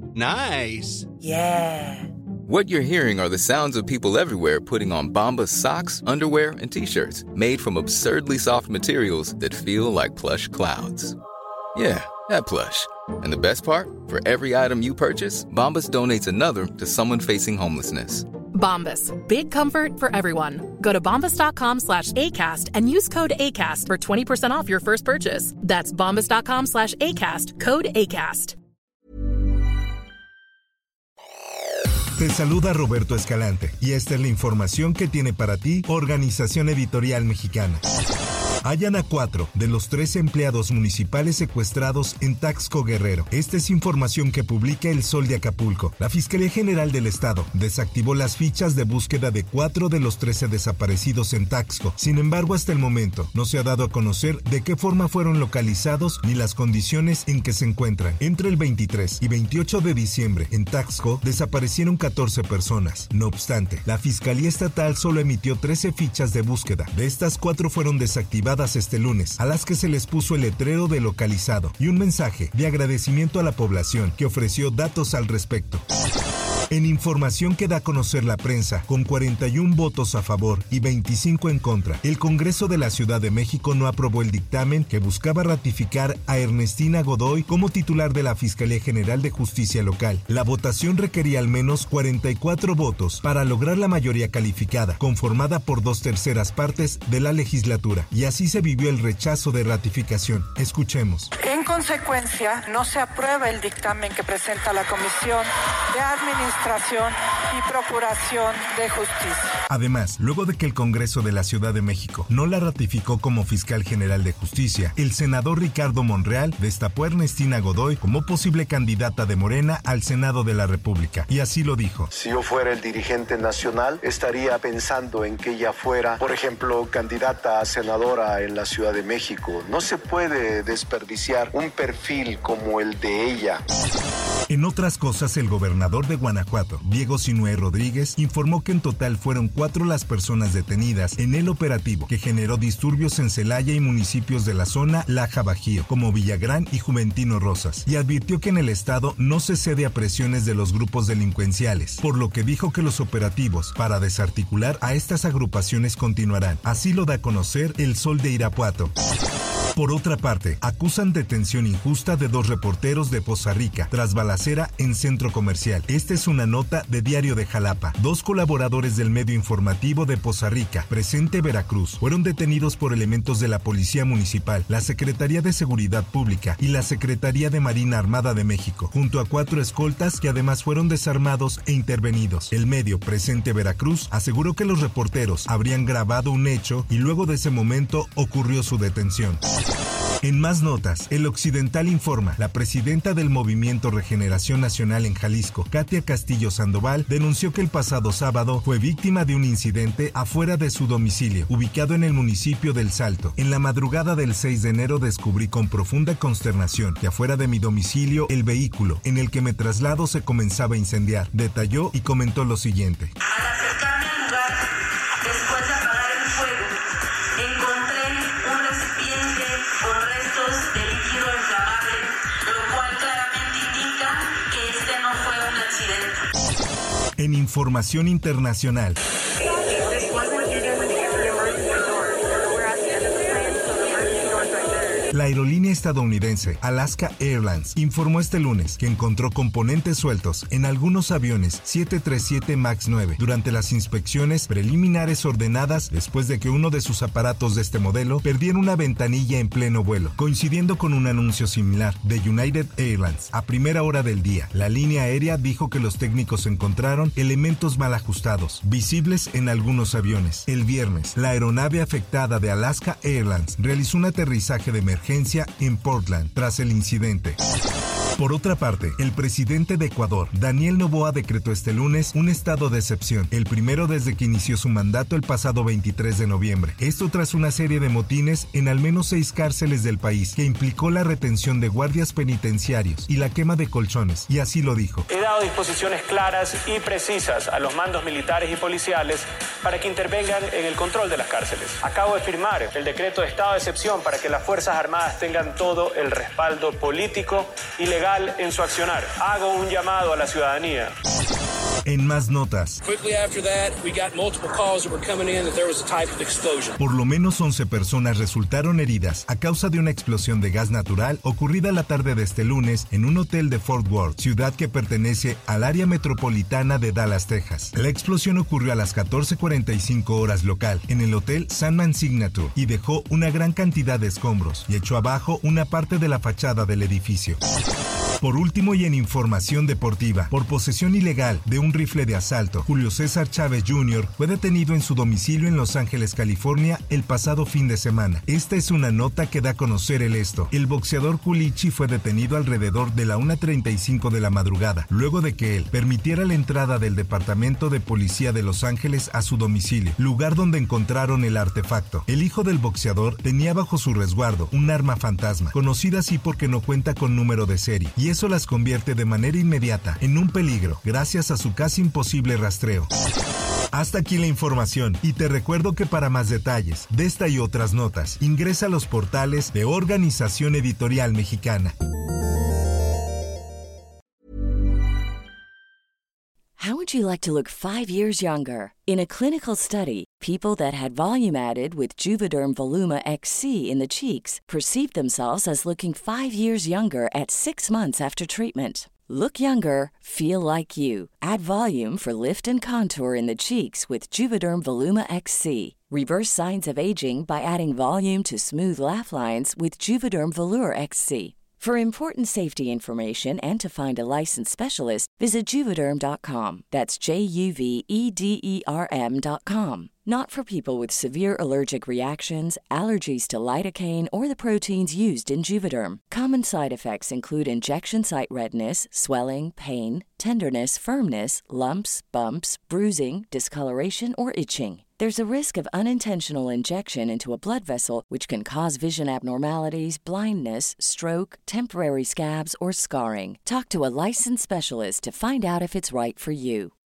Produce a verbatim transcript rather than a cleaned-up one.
Nice. Yeah. What you're hearing are the sounds of people everywhere putting on Bombas socks, underwear, and T-shirts made from absurdly soft materials that feel like plush clouds. Yeah, that plush. And the best part? For every item you purchase, Bombas donates another to someone facing homelessness. Bombas. Big comfort for everyone. Go to bombas.com slash ACAST and use code ACAST for twenty percent off your first purchase. That's bombas.com slash ACAST. Code ACAST. Te saluda Roberto Escalante y esta es la información que tiene para ti Organización Editorial Mexicana. Hallan a cuatro de los tres empleados municipales secuestrados en Taxco, Guerrero. Esta es información que publica El Sol de Acapulco. La Fiscalía General del Estado desactivó las fichas de búsqueda de cuatro de los trece desaparecidos en Taxco. Sin embargo, hasta el momento no se ha dado a conocer de qué forma fueron localizados ni las condiciones en que se encuentran. Entre el veintitrés y veintiocho de diciembre, en Taxco, desaparecieron catorce personas. No obstante, la Fiscalía Estatal solo emitió trece fichas de búsqueda. De estas, cuatro fueron desactivadas este lunes, a las que se les puso el letrero de localizado y un mensaje de agradecimiento a la población que ofreció datos al respecto. En información que da a conocer la prensa, con cuarenta y uno votos a favor y veinticinco en contra, el Congreso de la Ciudad de México no aprobó el dictamen que buscaba ratificar a Ernestina Godoy como titular de la Fiscalía General de Justicia Local. La votación requería al menos cuarenta y cuatro votos para lograr la mayoría calificada, conformada por dos terceras partes de la legislatura, y así se vivió el rechazo de ratificación. Escuchemos. En consecuencia, no se aprueba el dictamen que presenta la Comisión de Administración y Procuración de Justicia. Además, luego de que el Congreso de la Ciudad de México no la ratificó como fiscal general de justicia, el senador Ricardo Monreal destapó a Ernestina Godoy como posible candidata de Morena al Senado de la República, y así lo dijo. Si yo fuera el dirigente nacional, estaría pensando en que ella fuera, por ejemplo, candidata a senadora en la Ciudad de México. No se puede desperdiciar un perfil como el de ella. En otras cosas, el gobernador de Guanajuato, Diego Sinue Rodríguez, informó que en total fueron cuatro las personas detenidas en el operativo que generó disturbios en Celaya y municipios de la zona Laja Bajío, como Villagrán y Juventino Rosas, y advirtió que en el estado no se cede a presiones de los grupos delincuenciales, por lo que dijo que los operativos para desarticular a estas agrupaciones continuarán. Así lo da a conocer El Sol de Irapuato. Por otra parte, acusan detención injusta de dos reporteros de Poza Rica tras balacera en centro comercial. Esta es una nota de Diario de Jalapa. Dos colaboradores del medio informativo de Poza Rica, Presente Veracruz, fueron detenidos por elementos de la Policía Municipal, la Secretaría de Seguridad Pública y la Secretaría de Marina Armada de México, junto a cuatro escoltas que además fueron desarmados e intervenidos. El medio Presente Veracruz aseguró que los reporteros habrían grabado un hecho y luego de ese momento ocurrió su detención. En más notas, El Occidental informa, la presidenta del Movimiento Regeneración Nacional en Jalisco, Katia Castillo Sandoval, denunció que el pasado sábado fue víctima de un incidente afuera de su domicilio, ubicado en el municipio del Salto. En la madrugada del seis de enero descubrí con profunda consternación que afuera de mi domicilio el vehículo en el que me traslado se comenzaba a incendiar. Detalló y comentó lo siguiente. Al acercarme al lugar, después de apagar el fuego, encontré un recipiente con restos de líquido inflamable, lo cual claramente indica que este no fue un accidente. En información internacional. La aerolínea estadounidense Alaska Airlines informó este lunes que encontró componentes sueltos en algunos aviones siete treinta y siete MAX nueve durante las inspecciones preliminares ordenadas después de que uno de sus aparatos de este modelo perdiera una ventanilla en pleno vuelo, coincidiendo con un anuncio similar de United Airlines. A primera hora del día, la línea aérea dijo que los técnicos encontraron elementos mal ajustados, visibles en algunos aviones. El viernes, la aeronave afectada de Alaska Airlines realizó un aterrizaje de emergencia en Portland tras el incidente. Por otra parte, el presidente de Ecuador, Daniel Noboa, decretó este lunes un estado de excepción, el primero desde que inició su mandato el pasado veintitrés de noviembre. Esto tras una serie de motines en al menos seis cárceles del país, que implicó la retención de guardias penitenciarios y la quema de colchones, y así lo dijo. He dado disposiciones claras y precisas a los mandos militares y policiales para que intervengan en el control de las cárceles. Acabo de firmar el decreto de estado de excepción para que las Fuerzas Armadas tengan todo el respaldo político y legal legal en su accionar. Hago un llamado a la ciudadanía. En más notas, por lo menos once personas resultaron heridas a causa de una explosión de gas natural ocurrida la tarde de este lunes en un hotel de Fort Worth, ciudad que pertenece al área metropolitana de Dallas, Texas. La explosión ocurrió a las catorce cuarenta y cinco horas local en el hotel Sandman Signature y dejó una gran cantidad de escombros y echó abajo una parte de la fachada del edificio. Por último y en información deportiva, por posesión ilegal de un rifle de asalto, Julio César Chávez junior fue detenido en su domicilio en Los Ángeles, California, el pasado fin de semana. Esta es una nota que da a conocer el esto. El boxeador Culichi fue detenido alrededor de la una treinta y cinco de la madrugada, luego de que él permitiera la entrada del Departamento de Policía de Los Ángeles a su domicilio, lugar donde encontraron el artefacto. El hijo del boxeador tenía bajo su resguardo un arma fantasma, conocida así porque no cuenta con número de serie, y eso las convierte de manera inmediata en un peligro, gracias a su casi imposible rastreo. Hasta aquí la información, y te recuerdo que para más detalles de esta y otras notas, ingresa a los portales de Organización Editorial Mexicana. How would you like to look five years younger? In a clinical study, people that had volume added with Juvederm Voluma X C in the cheeks perceived themselves as looking five years younger at six months after treatment. Look younger, feel like you. Add volume for lift and contour in the cheeks with Juvederm Voluma X C. Reverse signs of aging by adding volume to smooth laugh lines with Juvederm Volure X C. For important safety information and to find a licensed specialist, visit Juvederm dot com. That's J U V E D E R M dot com. Not for people with severe allergic reactions, allergies to lidocaine, or the proteins used in Juvederm. Common side effects include injection site redness, swelling, pain, tenderness, firmness, lumps, bumps, bruising, discoloration, or itching. There's a risk of unintentional injection into a blood vessel, which can cause vision abnormalities, blindness, stroke, temporary scabs, or scarring. Talk to a licensed specialist to find out if it's right for you.